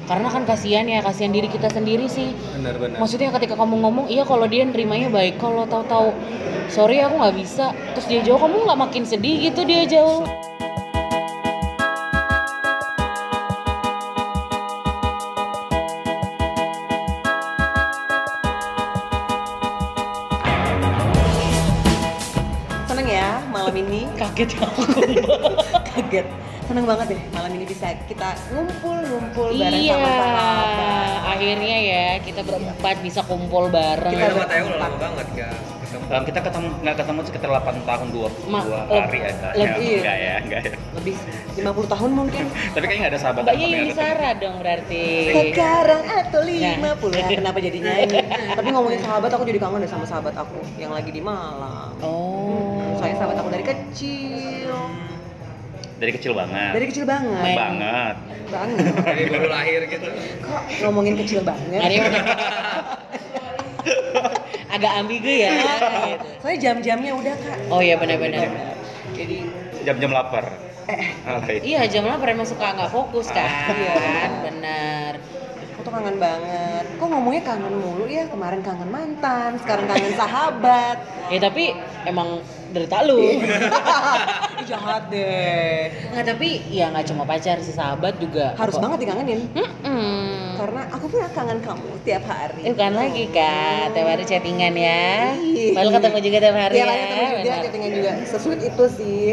Karena kan kasihan diri kita sendiri sih. Benar. Maksudnya ketika kamu ngomong, iya kalau dia nerimanya baik, kalau tahu-tahu sorry aku nggak bisa, terus dia jauh, kamu nggak makin sedih gitu dia jauh. Seneng ya malam ini. Kaget aku. Kaget. Seneng banget deh malam ini bisa kita ngumpul bareng Iya, sama sahabat. akhirnya ya kita berempat bisa kumpul bareng. Kita Kita tahu lama banget kan. Kita nggak ketemu sekitar 8 tahun 2 hari ya. lebih. Enggak ya. Lebih 50 tahun mungkin. Tapi kayaknya nggak ada sahabat. Mbaknya Yuni Sara dong berarti. Sekarang atau 50 ya, kenapa jadi nyanyi? Tapi ngomongin sahabat, aku jadi kangen deh sama sahabat aku yang lagi di Malang. Oh. Soalnya sahabat aku dari kecil. Dari kecil banget. Dari kecil banget. Main. Banget. Banget. Dari baru lahir gitu. Kok ngomongin kecil banget? Ada yang agak ambigu ya. Gitu. Soalnya jam-jamnya udah Kak. Oh iya benar-benar. Jadi Jam-jam lapar. Alright. Iya jam lapar emang suka nggak fokus kan. Iya. Benar. aku tuh kangen banget. Kok ngomongnya kangen mulu ya? Kemarin kangen mantan, sekarang kangen sahabat. Ya tapi emang derita lu. Jahat deh. Nggak, tapi ya nggak cuma pacar sih, sahabat juga. Harus banget dikangenin. Karena Karena aku pun kangen kamu tiap hari. bukan lagi Kak, tiap hari chattingan ya. Iya. Lalu ketemu juga tiap hari Tiap ya. hari ketemu juga, Benar. chattingan juga. Sesulit itu sih.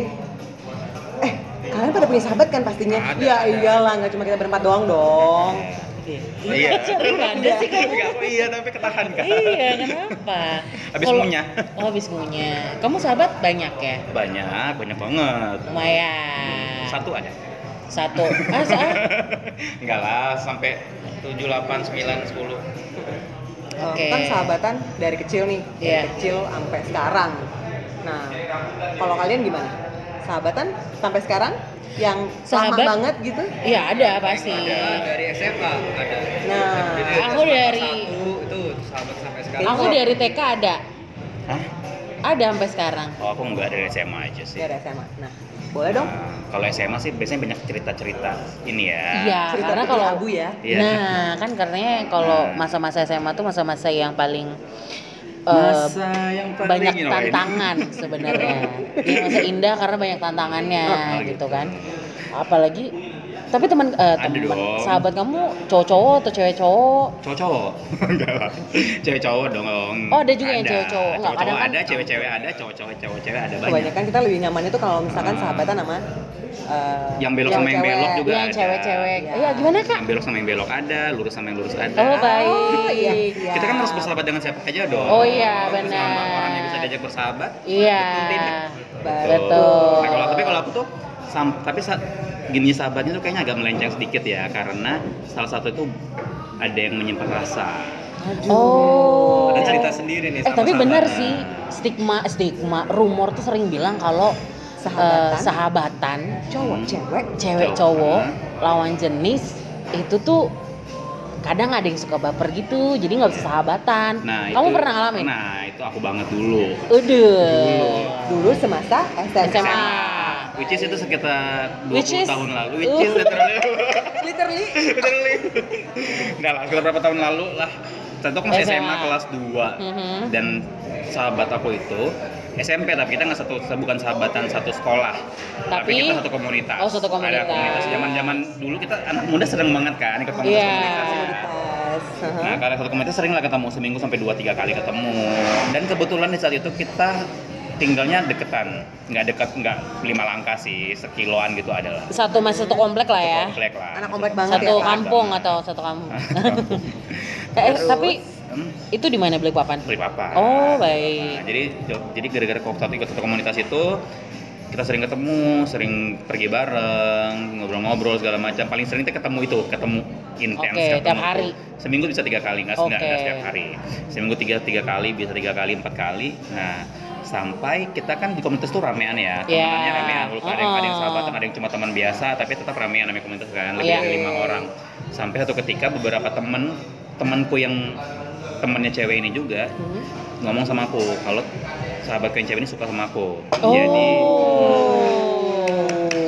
Kalian pada punya sahabat kan pastinya? Ada, Ya ada. iyalah, nggak cuma kita berempat doang dong. Iya. Ada sih kamu. Iya, tapi ketahan kan. Iya, kenapa? Habis Kalau- ngunyah. Oh, habis ngunyah. Kamu sahabat banyak ya? Banyak banget. Lumayan. Satu ada. Satu. Ah, saat. Enggak lah, sampai 7, 8, 9, 10. Oke. Kan sahabatan dari kecil nih, dari Iya. kecil sampai sekarang. Nah, kalau kalian gimana? Sahabatan sampai sekarang yang Sahabat? lama banget gitu? Iya, ada pasti. Ada dari SMA ada. Nah, Jadi aku SMA dari- 1 itu sahabat sampai sekarang. Aku dari TK ada. Hah? Ada sampai sekarang. Oh, aku enggak dari SMA aja sih. dari SMA. Nah, boleh dong? Nah, kalau SMA sih biasanya banyak cerita-cerita ini ya. Iya, Cerita karena putih kalau abu ya. Iya. Nah, kan karenanya kalau Nah. masa-masa SMA tuh masa-masa yang paling Masa yang paling banyak ini loh, tantangan sebenarnya. Iya, masa indah karena banyak tantangannya Oh, gitu gitu. kan. Apalagi tapi teman dong. sahabat kamu cowok-cowok atau cewek cowok? Cowok-cowok. Enggak lah. Cewek cowok dong. Oh, ada juga yang cewek-cowok. Enggak, Cowok-cowok kadang kan- ada, cewek-cewek ada, cowok-cowok cewek ada banyak. Kebanyakan kita lebih nyaman itu kalau misalkan sahabatan sama Yang belok sama yang cewek. belok juga Yang ada. cewek-cewek. Iya. Iya, gimana Kak? Yang belok sama yang belok ada, lurus sama yang lurus ada. Oh, baik. Oh, iya. Kita kan harus bersahabat dengan siapa aja dong. Oh, iya, Sama benar. orang yang bisa diajak bersahabat. Iya. Betul. Betul. Nah, tapi kalau aku tuh gini sahabatnya tuh kayaknya agak melenceng sedikit ya, karena salah satu itu ada yang menyimpan rasa. Oh. Ada cerita sendiri nih sama Tapi sahabat. benar sih, stigma rumor tuh sering bilang kalau Sahabatan. sahabatan cowok, cewek. cewek cowok lawan jenis itu tuh kadang ada yang suka baper gitu, jadi nggak bisa sahabatan. Nah, Kamu itu- pernah ngalamin? Nah, itu aku banget dulu. Udah. Dulu semasa SMA. SMA. Which is itu sekitar 20 Which is- tahun lalu. Which is literally. Literally. Literally. Enggak lah, sekitar berapa tahun lalu lah. Tentu aku masih SMA. SMA kelas 2. Mhm. Dan sahabat aku itu SMP, tapi kita nggak bukan sahabatan satu sekolah. Tapi Tapi- kita satu komunitas. Oh, satu komunitas. Ada komunitas. Zaman-zaman dulu kita anak muda sering banget kan ikut komunitas-komunitas Iya. ya. Pas. Nah, kalau satu komunitas sering lah ketemu, seminggu sampai 2-3 kali ketemu. Dan kebetulan di saat itu kita tinggalnya deketan, nggak 5 langkah sih, sekiloan gitu adalah. Satu komplek lah ya. Komplek lah. Anak komplek banget Satu ya, Kak? kampung atau satu kampung. Terus? Tapi itu di mana Balikpapan? Beli papan. Oh, baik. Nah, jadi gara-gara waktu ikut satu komunitas itu kita sering ketemu, sering pergi bareng, ngobrol-ngobrol segala macam. Paling sering kita ketemu intens. Oke, ketemu tiap tuh. hari? Seminggu bisa 3 kali, nggak Oke. setiap hari. Seminggu tiga kali, bisa 3 kali, 4 kali. Nah, sampai kita kan di komunitas tuh ramean ya, Iya. temenannya ramean. Ada yang sahabatan, ada yang cuma teman biasa, tapi tetap ramean namanya komunitas kan, lebih Iya. dari 5 orang. Sampai satu ketika beberapa temanku yang temennya cewek ini juga ngomong sama aku kalau sahabatku yang cewek ini suka sama aku. Oh. Jadi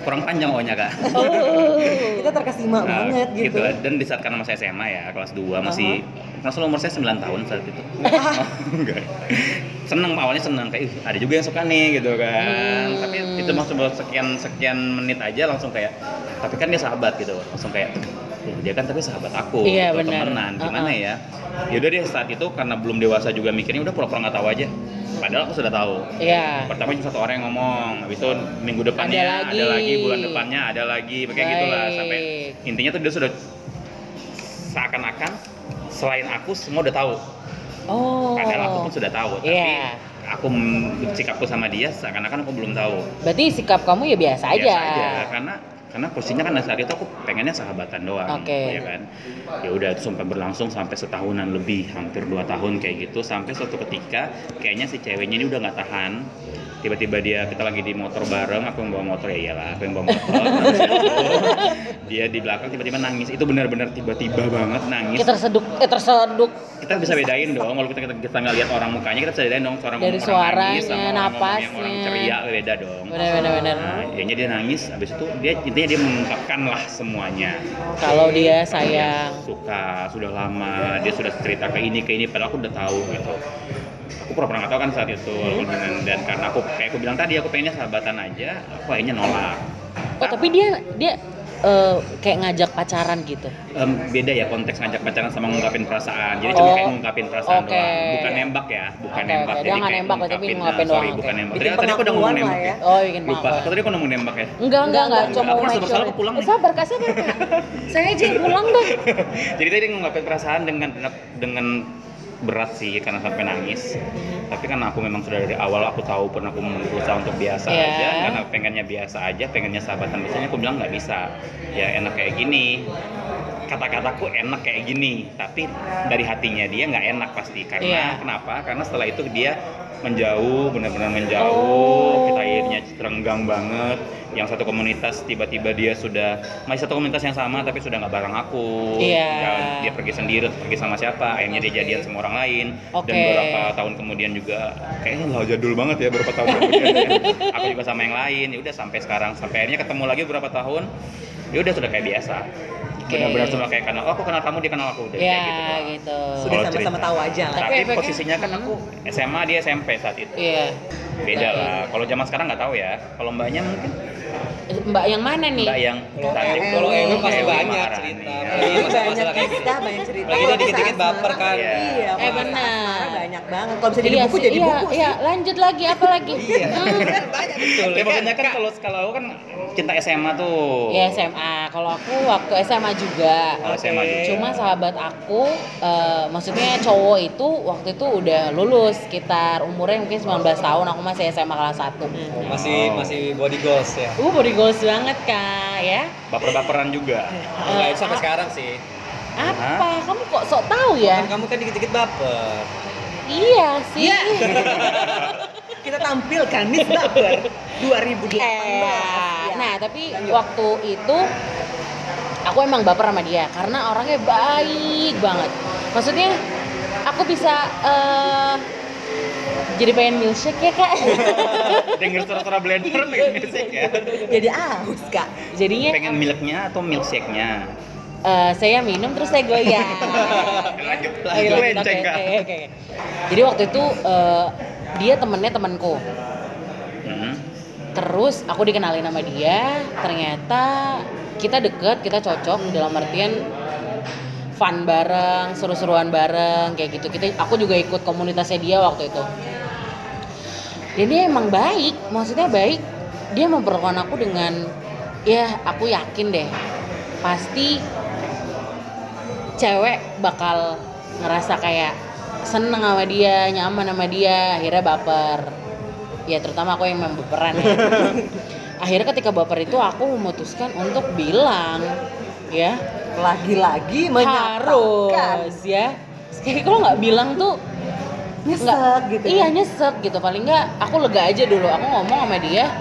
kurang panjang O-nya Kak. Kita terkesima banget gitu. Dan di saat karena masih SMA ya, kelas 2 masih masih umur saya 9 tahun saat itu. Enggak. Seneng, awalnya seneng kayak ada juga yang suka nih gitu kan. Tapi itu maksud sekian menit aja langsung kayak tapi kan dia sahabat gitu. Langsung kayak dia kan tapi sahabat aku, Iya, gitu, benar. temenan gimana ya. Yaudah deh saat itu karena belum dewasa juga mikirnya udah pura-pura nggak tahu aja. Padahal aku sudah tahu. Iya. Pertama cuma satu orang yang ngomong, habis itu minggu depannya Ada lagi. bulan depannya ada lagi, kayak gitulah sampai intinya tuh dia sudah seakan-akan selain aku semua udah tahu. Oh. Padahal aku pun sudah tahu, tapi Iya. aku sikapku sama dia seakan-akan aku belum tahu. Berarti sikap kamu ya biasa aja. Biasa aja, karena posisinya kan saat itu aku pengennya sahabatan doang, Oke. ya kan. Ya udah itu sampai berlangsung sampai setahunan lebih, hampir 2 tahun kayak gitu, sampai suatu ketika kayaknya si ceweknya ini udah nggak tahan. Tiba-tiba kita lagi di motor bareng, aku yang bawa motor ya iyalah, aku yang bawa motor. Dia di belakang tiba-tiba nangis. Itu benar-benar tiba-tiba banget nangis. Kita terseduk. Kita bisa bedain dong, kalau kita nggak lihat orang mukanya, kita bisa bedain dong seorang Dari orang suaranya, nangis sama orang ngomong yang orang napasnya. ceria, beda dong. Benar. Nah, kayaknya dia nangis, habis itu intinya dia mengungkapkan lah semuanya. Kalau dia Dia sayang. suka, sudah lama, dia sudah cerita ke ini, padahal aku udah tahu gitu. Aku pernah nggak tahu kan saat itu, dan karena aku bilang tadi, aku pengennya sahabatan aja, aku akhirnya nolak. Oh, tapi dia kayak ngajak pacaran gitu. Beda ya konteks ngajak pacaran sama ngungkapin perasaan. Jadi cuma kayak ngungkapin perasaan Oke. doang, bukan nembak ya, bukan Oke, nembak. oke. Jadi Dia nggak kayak nembak, tapi ngungkapin, ngungkapin sorry, doang, bukan oke. nembak. Bikin Tadi aku udah ngomong pengakuan nembak lah ya. ya. Oh, bikin Lupa. pengakuan. Tadi aku ngomong nembak ya. Enggak. Cuma Aku mau merasa make bersalah, sure. aku pulang nih. Sabar Kak. Saya aja yang pulang deh. Jadi tadi ngungkapin perasaan dengan berat sih karena sampai nangis. Tapi kan aku memang sudah dari awal aku tahu pun aku berusaha untuk biasa Iya. aja, karena pengennya biasa aja, pengennya sahabatan. Biasanya aku bilang nggak bisa. Ya enak kayak gini. Kata-kataku enak kayak gini, tapi dari hatinya dia nggak enak pasti. Karena Iya. kenapa? Karena setelah itu dia menjauh, benar-benar menjauh. Kita akhirnya renggang banget. Yang satu komunitas tiba-tiba dia sudah masih satu komunitas yang sama tapi sudah nggak bareng aku. Iya. Ya, dia pergi sendiri, pergi sama siapa? Akhirnya dia jadian sama orang lain. Oke. Dan beberapa tahun kemudian juga kayaknya lah jadul banget ya beberapa tahun kemudian. Ya. Aku juga sama yang lain. Ya udah sampai sekarang, sampai akhirnya ketemu lagi beberapa tahun. Ya udah sudah kayak biasa. Benar-benar cuma kayak kenal, aku kenal kamu, dia kenal aku, udah Ya, kayak gitu. doang. gitu. Sudah Kalau sama-sama cerita. tahu aja lah. Tapi Tapi efeknya- posisinya kan aku SMA, dia SMP saat itu. Iya. Beda lah. Kalau zaman sekarang nggak tahu ya. Kalau mbaknya mungkin Mbak yang mana nih? mbak yang cantik. Kalau Ewi pasti Ewi banyak Maharani, cerita. ya. Apalagi masalah Banyak kayak gini. cerita, banyak cerita. Apalagi dia Masa dikit-dikit asmara baper kan. Iya, Eh, masa benar. asmara banyak banget. Kalau bisa jadi Iya buku sih, jadi iya, buku iya. sih. Lanjut lagi, apa lagi? Iya. Banyak betul. Ya maksudnya kan kalau aku kan cinta SMA tuh. Ya SMA. Kalau aku waktu SMA juga. Oh, SMA juga. Cuma sahabat aku, maksudnya cowok itu waktu itu udah lulus, sekitar umurnya mungkin 19 tahun. Aku masih SMA kelas 1. Masih body goals ya. Body goals banget Kak, ya. Baper-baperan juga. Enggak itu sampai sekarang sih. Apa? Kamu kok sok tahu ya? Kan kamu kan dikit-dikit baper. Iya sih. Kita tampilkan Miss Baper 2018. Ya. Nah, tapi Lanjut. waktu itu aku emang baper sama dia karena orangnya baik banget. Maksudnya aku bisa jadi pengen milkshake ya Kak. Denger suara-suara blender pengen milkshake ya. Jadi aus Kak. Jadinya Pengen milknya atau milkshake-nya? saya minum terus saya goyang. Lanjut, Ayo, lanjut, lenceng, Kak. oke. Jadi waktu itu dia temennya temanku. Hmm. Terus aku dikenalin sama dia, ternyata kita deket, kita cocok dalam artian fun bareng, seru-seruan bareng kayak gitu. Aku juga ikut komunitasnya dia waktu itu. Dan dia emang baik, maksudnya baik. Dia memperlakukan aku dengan, ya aku yakin deh, pasti cewek bakal ngerasa kayak seneng sama dia, nyaman sama dia, akhirnya baper. Ya terutama aku yang baperan ya. Akhirnya ketika baper itu aku memutuskan untuk bilang, ya Lagi-lagi menyatakan. harus ya. Kayak kalau nggak bilang tuh Nyesek gitu. Iya nyesek gitu. Paling nggak aku lega aja dulu. Aku ngomong sama dia,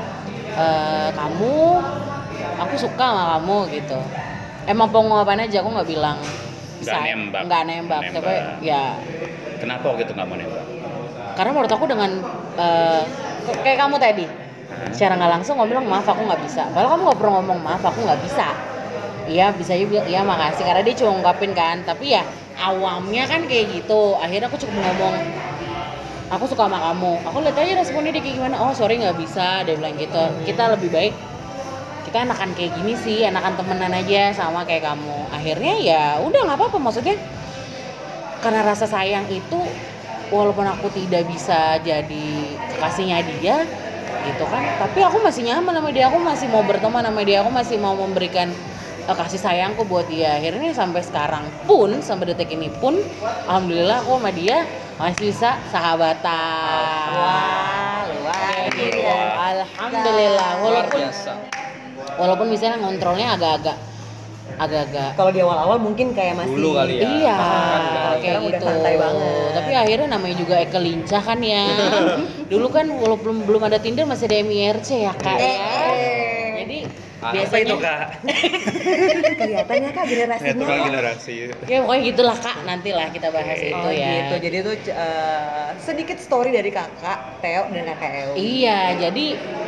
aku suka sama kamu gitu. Emang pengumuman aja, aku nggak bilang. Nggak nembak. Tapi ya. Kenapa waktu itu nggak mau nembak? Karena menurut aku dengan kayak kamu tadi, secara nggak langsung ngomong bilang maaf aku nggak bisa. Padahal kamu nggak pernah ngomong maaf aku nggak bisa. Iya bisa juga, iya makasih karena dia cuma ungkapin kan. Tapi ya awamnya kan kayak gitu. Akhirnya aku cukup ngomong aku suka sama kamu. Aku lihat aja responnya dia kayak gimana. Oh sorry nggak bisa, dia bilang gitu. Kita lebih baik kita enakan kayak gini sih, enakan temenan aja sama kayak kamu. Akhirnya ya udah nggak apa-apa, maksudnya karena rasa sayang itu walaupun aku tidak bisa jadi kekasihnya dia gitu kan, tapi aku masih nyaman sama dia, aku masih mau berteman sama dia, aku masih mau memberikan kasih sayangku buat dia. Akhirnya sampai sekarang pun, sampai detik ini pun alhamdulillah aku sama dia masih bisa sahabatan. Wah, luar Gitu. biasa. Alhamdulillah Luar biasa. walaupun misalnya ngontrolnya agak-agak Kalau di awal-awal mungkin kayak masih Dulu kali ya. iya Kan kayak sekarang gitu. udah santai banget. Tapi akhirnya namanya juga Eke lincah kan ya. Dulu kan walaupun belum ada Tinder masih ada MIRC ya kak ya. Jadi Apa biasanya itu kak? kelihatannya Kak generasinya. Itu kan Kak. generasi. ya pokoknya gitulah kak. Nantilah kita bahas itu Oh ya. gitu, jadi itu sedikit story dari kakak Theo dan kakak Ew. Iya, jadi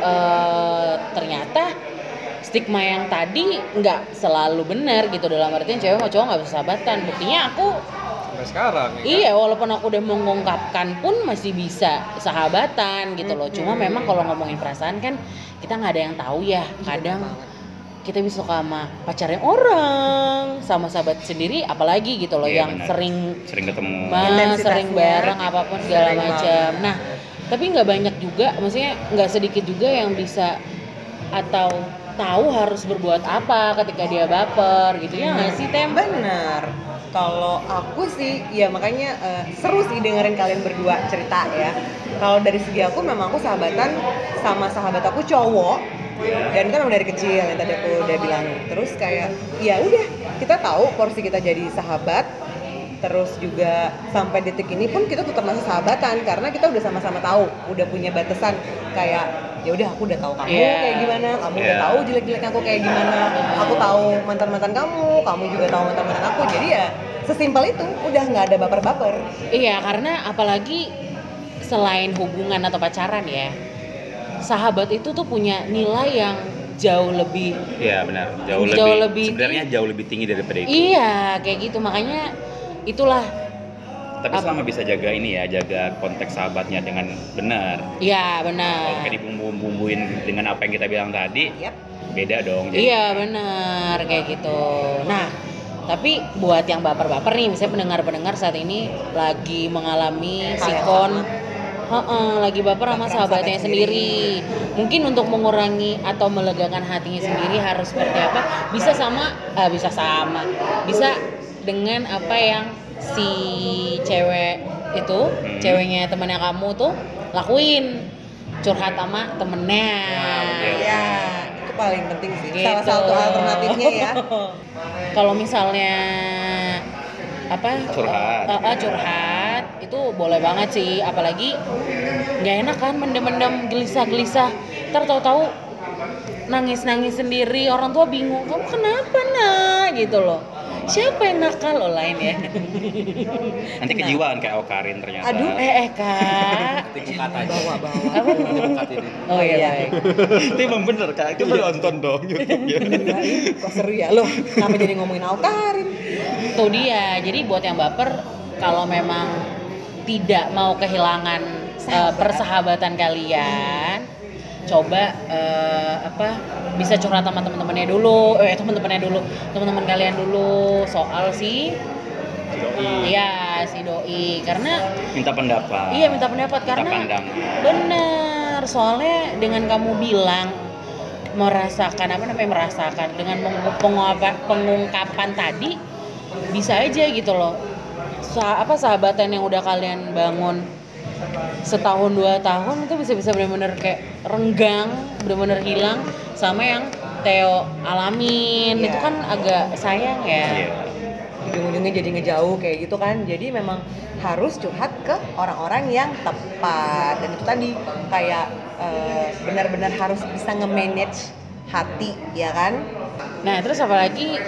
ternyata stigma yang tadi nggak selalu benar gitu, dalam artian cewek sama cowok nggak bisa sahabatan. Buktinya aku Sampai sekarang ya. iya, walaupun aku udah mengungkapkan pun masih bisa sahabatan gitu loh. Cuma memang kalau ngomongin perasaan kan kita nggak ada yang tahu ya. Kadang kita bisa suka sama pacarnya orang, sama sahabat sendiri apalagi gitu loh, Iya, yang benar. sering Sering ketemu. Intensitasnya. sering bareng apapun segala Sering macam. Nah, tapi nggak banyak juga, maksudnya nggak sedikit juga yang bisa atau tahu harus berbuat apa ketika dia baper gitu ya nggak sih Tem? Bener. Kalau aku sih, ya makanya seru sih dengerin kalian berdua cerita ya. Kalau dari segi aku memang aku sahabatan sama sahabat aku cowok. Dan kan memang dari kecil yang tadi aku udah bilang. Terus kayak ya udah kita tahu porsi kita jadi sahabat. Terus juga sampai detik ini pun kita tetap masih sahabatan karena kita udah sama-sama tahu, udah punya batasan kayak ya udah aku udah tahu kamu Yeah. kayak gimana, kamu udah Yeah. tahu jelek-jeleknya aku kayak gimana, aku tahu mantan-mantan kamu juga tahu mantan-mantan aku. Jadi ya sesimpel itu, udah nggak ada baper-baper. Iya, karena apalagi selain hubungan atau pacaran ya, sahabat itu tuh punya nilai yang jauh lebih. Iya benar. Jauh Jauh lebih. lebih Sebenarnya jauh lebih tinggi daripada itu. Iya, kayak gitu. Makanya itulah. Tapi selama bisa jaga ini ya, jaga konteks sahabatnya dengan benar. Iya, Kalau benar. kayak dibumbu-bumbuin dengan apa yang kita bilang tadi, Yap. beda dong. Jadi, Iya, benar kayak gitu. Nah, tapi buat yang baper-baper nih, misalnya pendengar-pendengar saat ini lagi mengalami Hal yang sikon sama. lagi baper sama Baper sama sahabatnya sahabat sendiri. Mungkin untuk mengurangi atau melegakan hatinya sendiri harus seperti apa? Bisa dengan apa yang si cewek itu, ceweknya temannya kamu tuh lakuin, curhat sama temennya. Ya, itu paling penting sih. Gitu. Salah satu alternatifnya ya. Kalau misalnya apa Curhat. curhat itu boleh banget sih, apalagi nggak enak kan mendem-mendem gelisah-gelisah, ntar tahu-tahu nangis-nangis sendiri, orang tua bingung kamu kenapa nak gitu loh. Siapa yang nakal lo lain ya. nanti kejiwaan kayak Awkarin ternyata. Aduh, Kak. Tipu kata aja. bawa-bawa. Apa? Tipu kata ini. Oh iya baik. Itu emang bener kak, coba nonton dong YouTube-nya. Kok seru ya lo? Kenapa jadi ngomongin Awkarin? Tuh dia, jadi buat yang baper, kalau memang tidak mau kehilangan persahabatan kalian, coba bisa curhat sama teman-temannya dulu, teman-teman kalian dulu soal si iya si doi, karena Minta pendapat. iya minta pendapat Minta karena pandangan. bener, soalnya dengan kamu bilang merasakan dengan pengungkapan tadi bisa aja gitu loh, sahabatan yang udah kalian bangun setahun 2 tahun itu bisa benar-benar kayak renggang, benar-benar hilang sama yang Theo alamin. Iya. Itu kan agak sayang ya. Iya. Ujung-ujungnya jadi ngejauh kayak gitu kan. Jadi memang harus curhat ke orang-orang yang tepat. Dan itu tadi kayak benar-benar harus bisa nge-manage hati, ya kan? Nah terus apalagi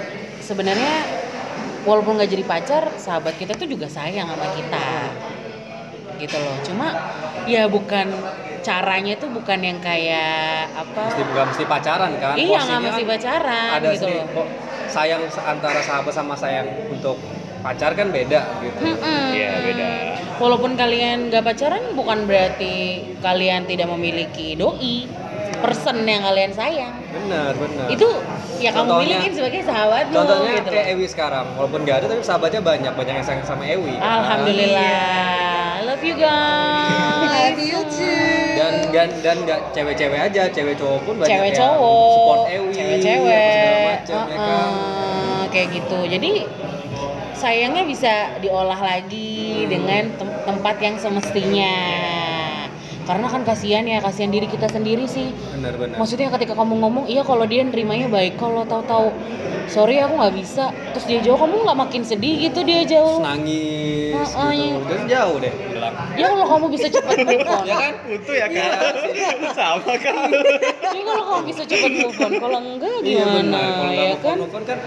sebenarnya walaupun nggak jadi pacar, sahabat kita tuh juga sayang sama kita gitu loh. Cuma ya bukan caranya tuh bukan yang kayak apa? Bukan mesti pacaran kan? Iya, nggak Porsinya mesti kan pacaran ada gitu sih, loh. kok sayang antara sahabat sama sayang untuk pacar kan beda gitu. Iya, beda. Walaupun kalian nggak pacaran bukan berarti kalian tidak memiliki doi, person yang kalian sayang. Benar. Itu ya kamu Contohnya- milikin sebagai sahabatmu Contohnya gitu. kayak Ewi sekarang, walaupun gak ada tapi sahabatnya banyak yang sayang sama Ewi. Alhamdulillah. Love you guys. Love you too. Dan nggak cewek-cewek aja, cewek cowok pun banyak Cewek yang cowok, support Ewi, cewek-cewek, segala macam ya kan. kayak gitu. Jadi sayangnya bisa diolah lagi dengan tempat yang semestinya. Karena kan kasihan diri kita sendiri sih. Benar. Maksudnya ketika kamu ngomong, iya kalau dia nerimanya baik, kalau tahu-tahu sorry aku nggak bisa, terus dia jauh, kamu nggak makin sedih gitu dia jauh? Nangis Heeh, gitu. iya. Terus jauh deh hilang. Ya kalau kamu bisa cepat move on. Ya kan? Butuh ya kan? Sama kan? Ya kalau kamu bisa cepat move on, kalau enggak Iya gimana? benar. Kalau Ya nggak kan? move on kan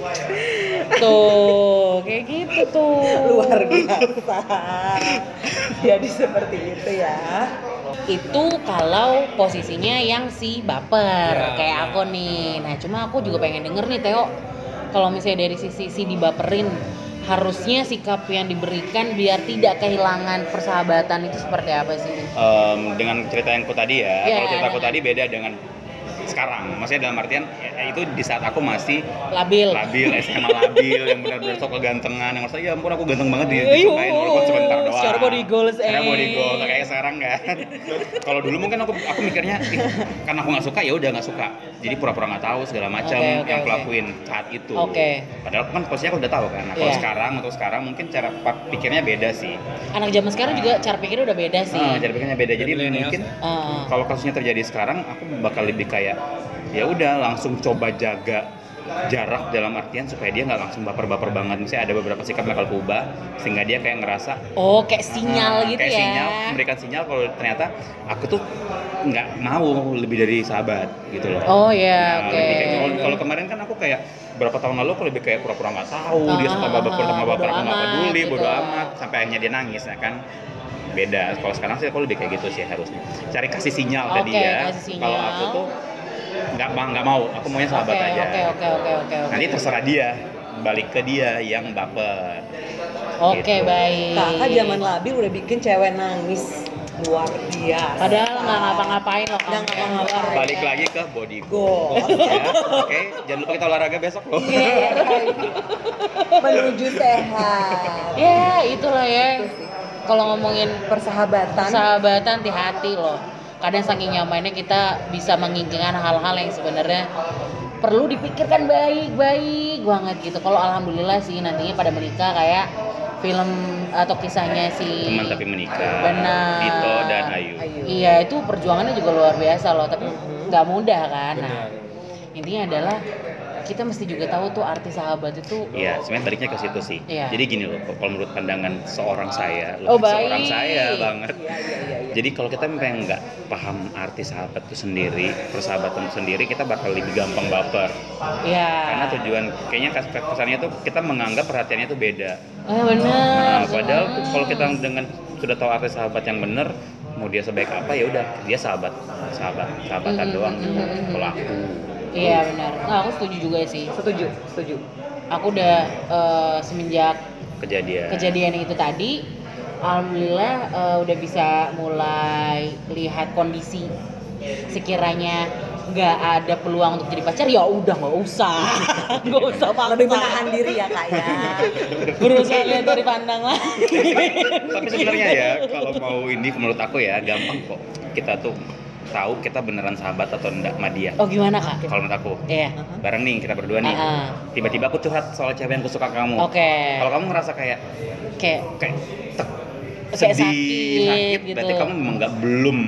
Tuh, kayak gitu tuh. Luar biasa. Jadi seperti itu ya. Itu kalau posisinya yang si baper Ya, kayak ya. aku nih. Nah, cuma aku juga pengen denger nih Theo, kalau misalnya dari sisi si dibaperin, harusnya sikap yang diberikan biar tidak kehilangan persahabatan itu seperti apa sih? Dengan cerita yang tadi ya, Ya, kalau ceritaku dengan- tadi beda dengan sekarang. Maksudnya dalam artian itu di saat aku masih Labil. SMA labil yang benar-benar sok kegantengan, yang merasa ya ampun aku ganteng banget Iya, disukain walaupun sebentar doang. secara body goals, Secara body goals, nggak kayak sekarang kan. Kalau dulu mungkin aku mikirnya karena aku nggak suka ya udah nggak suka. Jadi pura-pura nggak tahu segala macam Oke, yang aku oke. lakuin saat itu. Oke. Padahal kan posisinya aku udah tahu kan. Nah, kalau Iya. untuk sekarang mungkin cara pikirnya beda sih. Anak zaman sekarang juga cara pikirnya udah beda sih. Cara pikirnya beda. Jadi millennials. mungkin Ah. kalau kasusnya terjadi sekarang, aku bakal lebih kayak ya udah langsung coba jaga jarak dalam artian supaya dia nggak langsung baper-baper banget. Misalnya ada beberapa sikap yang bakal kubah sehingga dia kayak ngerasa Oh, kayak sinyal gitu kayak ya. sinyal, memberikan sinyal kalau ternyata aku tuh nggak mau lebih dari sahabat gitu loh. Oh ya, Nah, oke. lebih kayak gitu. Kalau kemarin kan aku kayak berapa tahun lalu aku lebih kayak pura-pura nggak tahu dia suka baper sama baper, bodo aku nggak amat, peduli, gitu. bodo amat sampai akhirnya dia nangis ya kan. Beda. Kalau sekarang sih aku lebih kayak gitu sih harusnya. Cari kasih sinyal ke Oke, dia. kasih Kalau sinyal. aku tuh nggak mau, aku maunya sahabat aja. Oke. Nanti terserah dia, balik ke dia yang baper. Oke, Gitu. baik. Kakak zaman labil udah bikin cewek nangis luar biasa. Padahal nggak ngapa-ngapain loh Nggak kamu. ngapa-ngapain. Balik lagi ke body Goals. ya. Oke, jangan lupa kita olahraga besok loh. Menuju sehat. Ya, itulah ya. Kalau ngomongin Persahabatan. sahabatan, hati-hati loh. Kadang saking nyamannya kita bisa menginginkan hal-hal yang sebenarnya perlu dipikirkan baik-baik banget gitu. Kalau alhamdulillah sih nantinya pada menikah kayak film atau kisahnya si Teman tapi menikah. Benar. Dito dan Ayu. Iya, itu perjuangannya juga luar biasa loh, tapi nggak mudah kan. Nah, Benar. intinya adalah kita mesti juga tahu tuh arti sahabat itu. Iya, sebenarnya baliknya ke situ sih. Iya. Jadi gini loh, kalau menurut pandangan seorang saya, Oh, seorang baik. saya banget. Iya. Jadi kalau kita memang nggak paham arti sahabat itu sendiri, persahabatan itu sendiri, kita bakal lebih gampang baper. Iya. Karena tujuan, kayaknya kesannya tuh kita menganggap perhatiannya itu beda. Benar. Nah, padahal tuh kalau kita dengan sudah tahu arti sahabat yang benar, mau dia sebaik apa ya udah dia sahabatan doang. Kalau aku, Iya benar. Nah, aku setuju juga sih. Setuju. Aku udah semenjak kejadian itu tadi, alhamdulillah udah bisa mulai lihat kondisi. Sekiranya nggak ada peluang untuk jadi pacar, ya udah nggak usah, nggak usah maksa. Lebih menahan diri ya kak ya. Berusaha lihat dari pandang lain. tapi sebenarnya ya kalau mau ini menurut aku ya gampang kok. Kita tuh tahu kita beneran sahabat atau enggak sama dia. Oh gimana kak? Kalau menurut aku, Iya. bareng nih kita berdua nih. Tiba-tiba aku curhat soal cewek yang aku suka kamu. Oke. Kalau kamu ngerasa kayak Kayak tek, Kayak sedih, sakit gitu. berarti kamu memang belum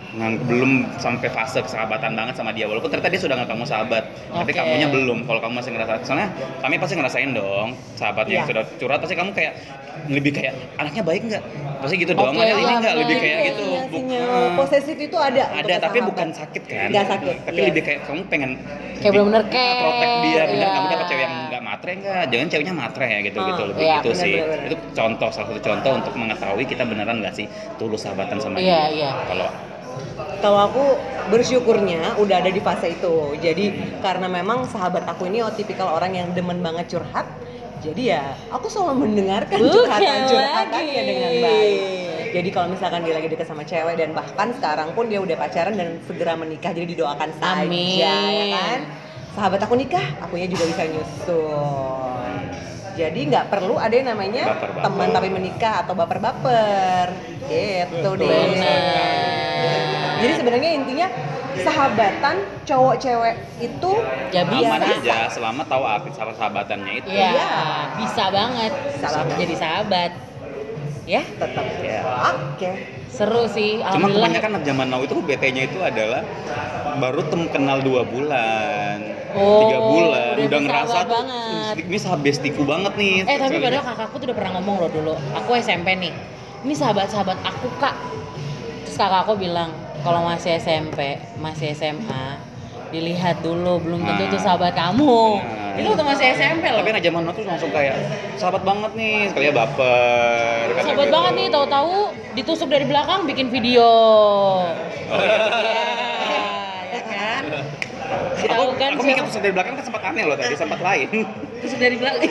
belum sampai fase kesahabatan banget sama dia, walaupun ternyata dia sudah nggak kamu sahabat, tapi Oke. kamunya belum. Kalau kamu masih ngerasa, soalnya kami pasti ngerasain dong, sahabat yang Iya. sudah curhat pasti kamu kayak lebih kayak anaknya baik nggak, pasti gitu doang. Oke, Anaknya ini iya, nggak, lebih bener. kayak gitu. Sinyal posesif itu ada untuk Ada, tapi sahabat. bukan sakit kan? Nggak sakit, Tapi iya. lebih kayak kamu pengen Kayak bener-bener care, protect dia, bener iya. kamu dapat cewek yang nggak matre nggak? Jangan ceweknya matre ya gitu, lebih iya, gitu sih. bener-bener. Itu contoh, salah satu contoh untuk mengetahui kita beneran nggak sih tulus sahabatan sama Iya, dia. iya. Kalau aku bersyukurnya udah ada di fase itu. Jadi karena memang sahabat aku ini tipikal orang yang demen banget curhat. Jadi ya aku selalu mendengarkan curhatannya dengan baik. Jadi kalau misalkan dia lagi deket sama cewek dan bahkan sekarang pun dia udah pacaran dan segera menikah, jadi didoakan saja Amin. ya kan. Sahabat aku nikah, akunya juga bisa nyusul. Jadi nggak perlu ada yang namanya Baper-baper. teman tapi menikah atau baper-baper. Gitu deh. Benar. Jadi sebenarnya intinya sahabatan cowok cewek itu Ya bisa. Aman aja selama tahu arti sahabatannya itu. Iya, Iya. bisa banget. Bisa banget. Jadi sahabat. Ya, tetap. Ya. Oke. seru sih. Cuma Alhamdulillah. kebanyakan anak zaman now itu BT-nya itu adalah baru kenal 2 bulan, Oh, 3 bulan, udah udah ngerasa bersahabat tuh banget. ini sahabat bestiku banget nih. Tapi padahal kakakku tuh udah pernah ngomong loh dulu. Aku SMP nih. Ini sahabat-sahabat aku, Kak. Terus kakak aku bilang, kalau masih SMP, masih SMA, dilihat dulu, belum tentu itu sahabat kamu. Nah. Itu waktu masih SMP loh. Tapi anak zaman now tuh langsung kayak sahabat banget nih, sekalinya baper. kata Sahabat gitu. banget nih, tahu-tahu ditusuk dari belakang bikin video. Iya, ya kan? Tahu kan Aku mikir tusuk dari belakang kan sempat aneh loh tadi, sempat lain. tusuk dari belakang.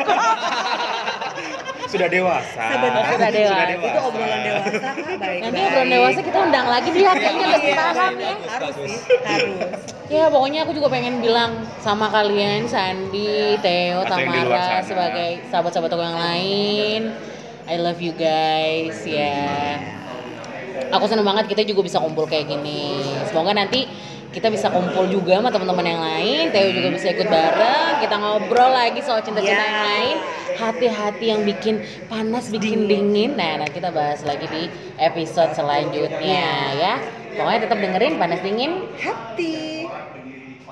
Sudah dewasa. Sebentar. Sudah dewasa. Itu obrolan dewasa Kak, baik. Nanti obrolan dewasa kita undang lagi dia kayaknya lebih paham ya. Harus sih, harus. Ya pokoknya aku juga pengen bilang sama kalian Sandi, Theo, Atau yang di luar Tamara sana. sebagai sahabat-sahabat aku yang lain. I love you guys ya. Aku seneng banget kita juga bisa kumpul kayak gini. Semoga nanti kita bisa kumpul juga sama teman-teman yang lain. Theo juga bisa ikut bareng. Kita ngobrol lagi soal cinta-cinta Ya. yang lain. Hati-hati yang bikin panas, bikin dingin. Nah, nanti kita bahas lagi di episode selanjutnya ya. Pokoknya tetap dengerin Panas Dingin. Hati.